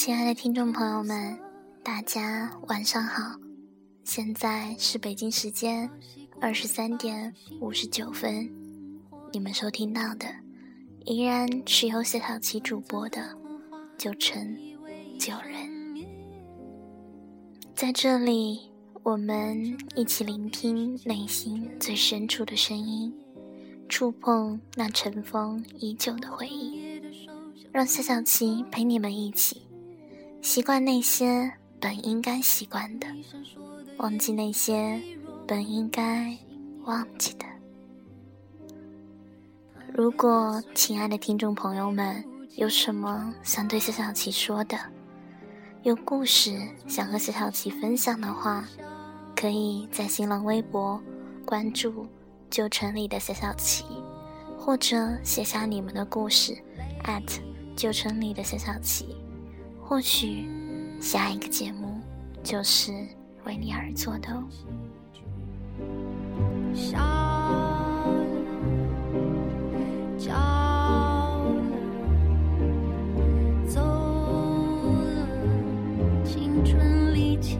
亲爱的听众朋友们，大家晚上好，现在是北京时间23点59分，你们收听到的依然是由谢小琪主播的9城9人。在这里，我们一起聆听内心最深处的声音，触碰那尘封已久的回忆，让谢小琪陪你们一起习惯那些本应该习惯的，忘记那些本应该忘记的。如果亲爱的听众朋友们有什么想对谢小琪说的，有故事想和谢小琪分享的话，可以在新浪微博关注9城里的谢小琪，或者写下你们的故事@9城里的谢小琪，或许下一个节目就是为你而做的哦。 笑了，叫了，走了，青春离奇。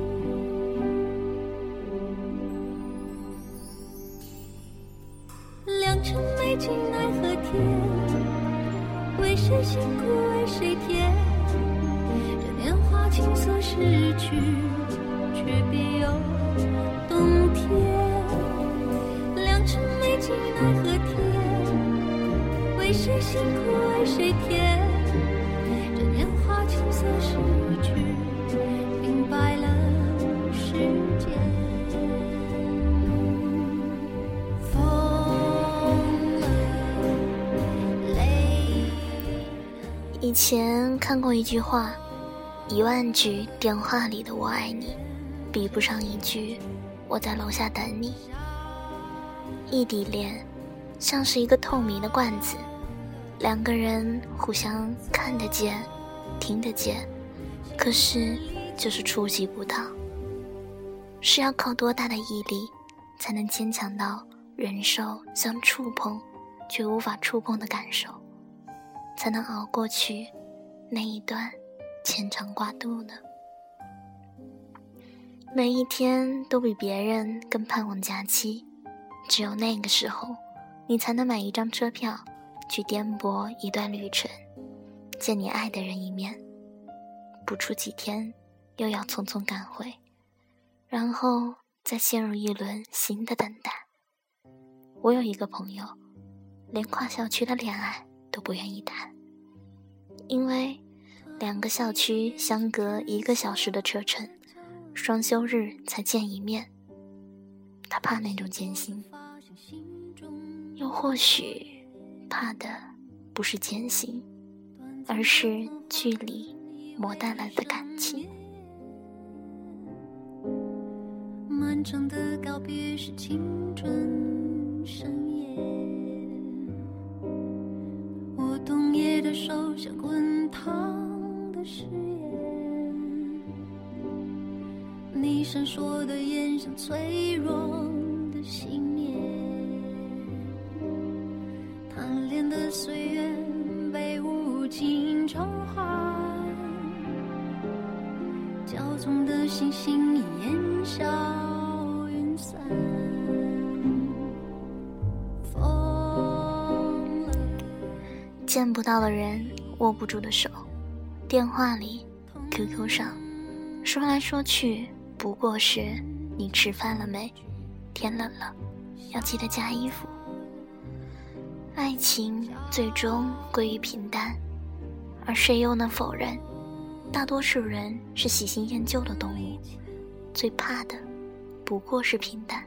良辰美景奈何天，为谁辛苦为谁甜？这年华青涩逝去，却别有冬天。良辰美景奈何天，为谁辛苦为谁甜？这年华青涩逝去，明白了世间。 以前看过一句话，10000句电话里的我爱你，比不上一句我在楼下等你。异地恋像是一个透明的罐子，两个人互相看得见听得见，可是就是触及不到。是要靠多大的毅力才能坚强到忍受想触碰却无法触碰的感受，才能熬过去那一段牵肠挂肚呢？每一天都比别人更盼望假期，只有那个时候你才能买一张车票去颠簸一段旅程，见你爱的人一面，不出几天又要匆匆赶回，然后再陷入一轮新的等待。我有一个朋友连跨校区的恋爱都不愿意谈，因为2个校区相隔1个小时的车程，双休日才见一面，他怕那种艰辛，又或许怕的不是艰辛，而是距离磨带来的感情。 漫长的告别是青春深夜，我冬夜的手像滚烫的誓言，你闪烁的眼像脆弱的信念，贪恋的岁月被无情偿还，骄纵的星星已烟消云散。 见不到的人，握不住的手，电话里 QQ 上说来说去，不过是你吃饭了没，天冷了要记得加衣服。爱情最终归于平淡，而谁又能否认大多数人是喜新厌旧的动物，最怕的不过是平淡。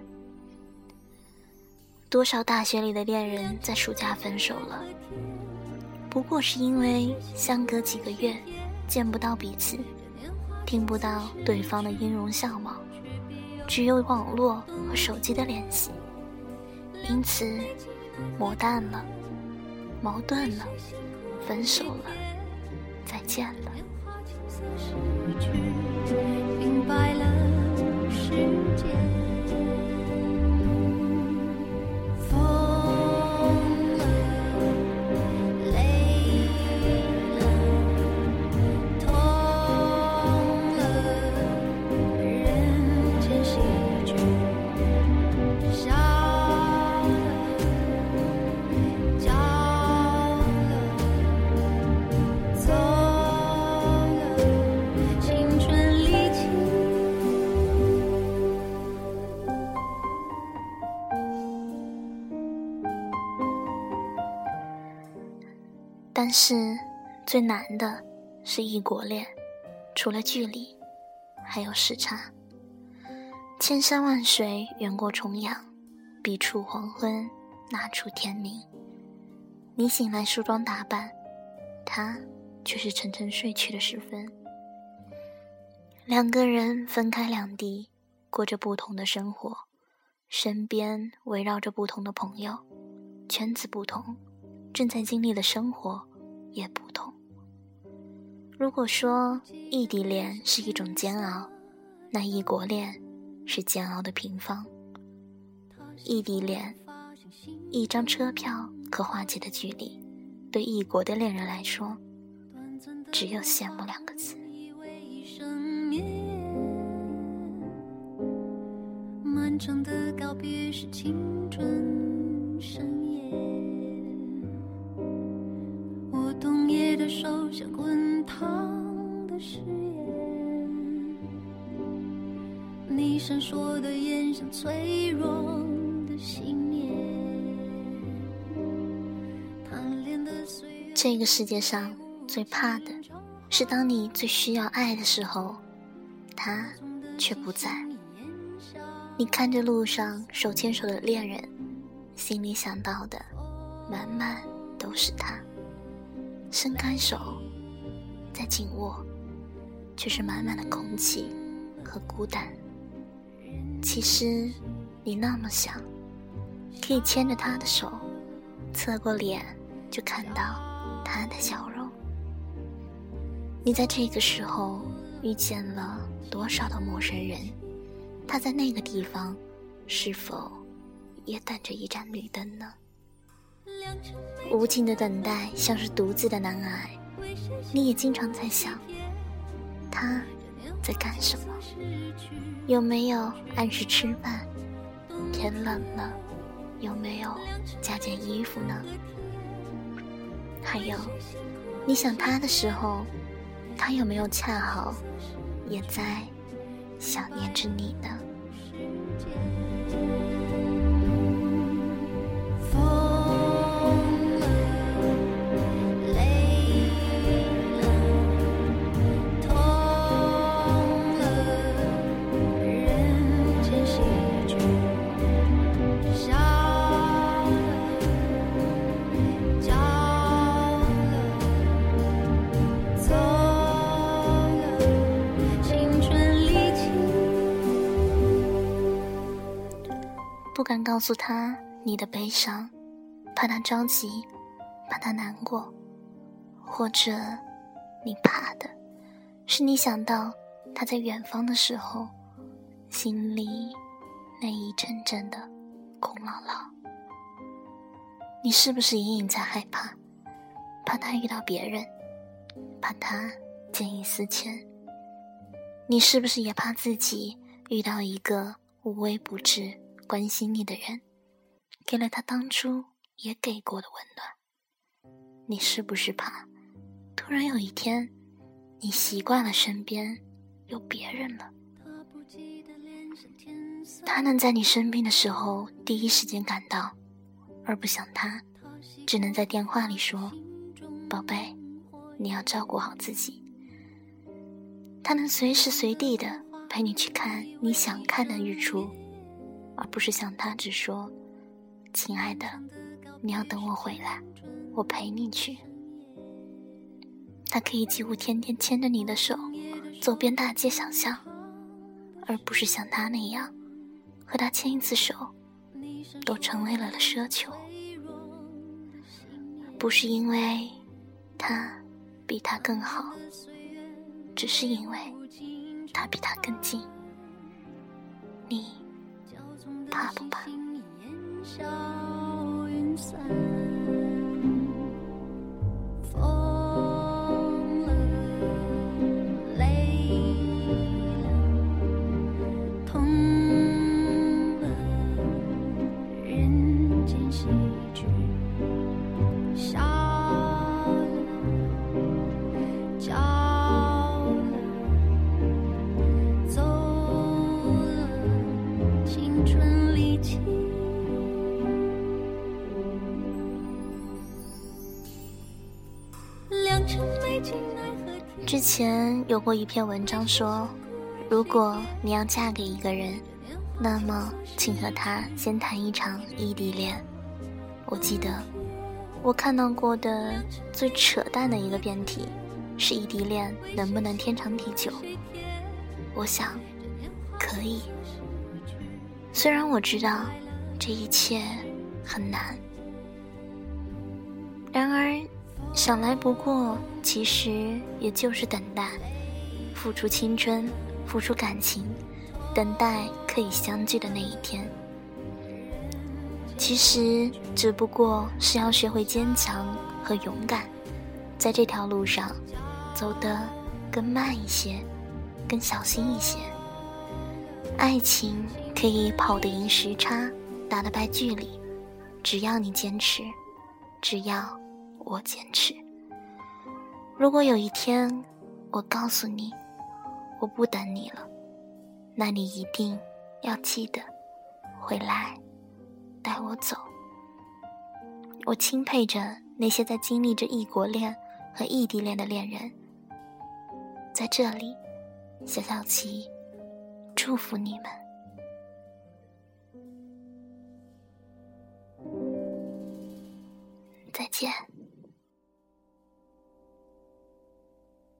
多少大学里的恋人在暑假分手了，不过是因为相隔几个月见不到彼此，听不到对方的音容笑貌，只有网络和手机的联系，因此磨淡了，矛盾了，分手了，再见了。 明白了世界。痛但是最难的是异国恋，除了距离，还有时差。千山万水远过重洋，彼处黄昏，那处天明。你醒来梳妆打扮，他却是沉沉睡去的时分。两个人分开两地，过着不同的生活，身边围绕着不同的朋友，圈子不同，正在经历的生活也不同。如果说异地恋是一种煎熬，那异国恋是煎熬的平方。异地恋，一张车票可化解的距离，对异国的恋人来说，只有羡慕2个字。 漫长的告别是青春深夜，我冬夜的手像滚烫的誓言，你闪烁的眼像脆弱的信念，贪恋的岁月。 这个世界上最怕的是当你最需要爱的时候，他却不在。你看着路上手牵手的恋人，心里想到的满满都是他。伸开手，再紧握，却是满满的空气和孤单。其实你那么想，可以牵着他的手，侧过脸就看到他的笑容。你在这个时候遇见了多少的陌生人，他在那个地方是否也等着一盏绿灯呢？无尽的等待像是独自的难挨，你也经常在想他在干什么，有没有按时吃饭，天冷了有没有加件衣服呢？还有你想他的时候，他有没有恰好也在想念着你呢？不敢告诉他你的悲伤，怕他着急，怕他难过，或者你怕的是你想到他在远方的时候，心里那一阵阵的空落落。你是不是隐隐在害怕，怕他遇到别人，怕他见异思迁？你是不是也怕自己遇到一个无微不至关心你的人，给了他当初也给过的温暖？你是不是怕突然有一天你习惯了身边有别人了，他能在你生病的时候第一时间赶到，而不像他只能在电话里说宝贝你要照顾好自己。他能随时随地的陪你去看你想看的日出，而不是像他只说亲爱的你要等我回来，我陪你去。他可以几乎天天牵着你的手走遍大街小巷，而不是像他那样和他牵一次手都成为了奢求。不是因为他比他更好，只是因为他比他更近。你怕不怕？ 之前有过一篇文章说，如果你要嫁给一个人，那么请和他先谈一场异地恋。我记得我看到过的最扯淡的一个辩题是异地恋能不能天长地久。我想可以，虽然我知道这一切很难，然而想来不过其实也就是等待，付出青春，付出感情，等待可以相聚的那一天。其实只不过是要学会坚强和勇敢，在这条路上走得更慢一些，更小心一些。爱情可以跑得赢时差，打得败距离，只要你坚持，只要我坚持。如果有一天我告诉你我不等你了，那你一定要记得回来带我走。我钦佩着那些在经历着异国恋和异地恋的恋人，在这里小小琪祝福你们。再见。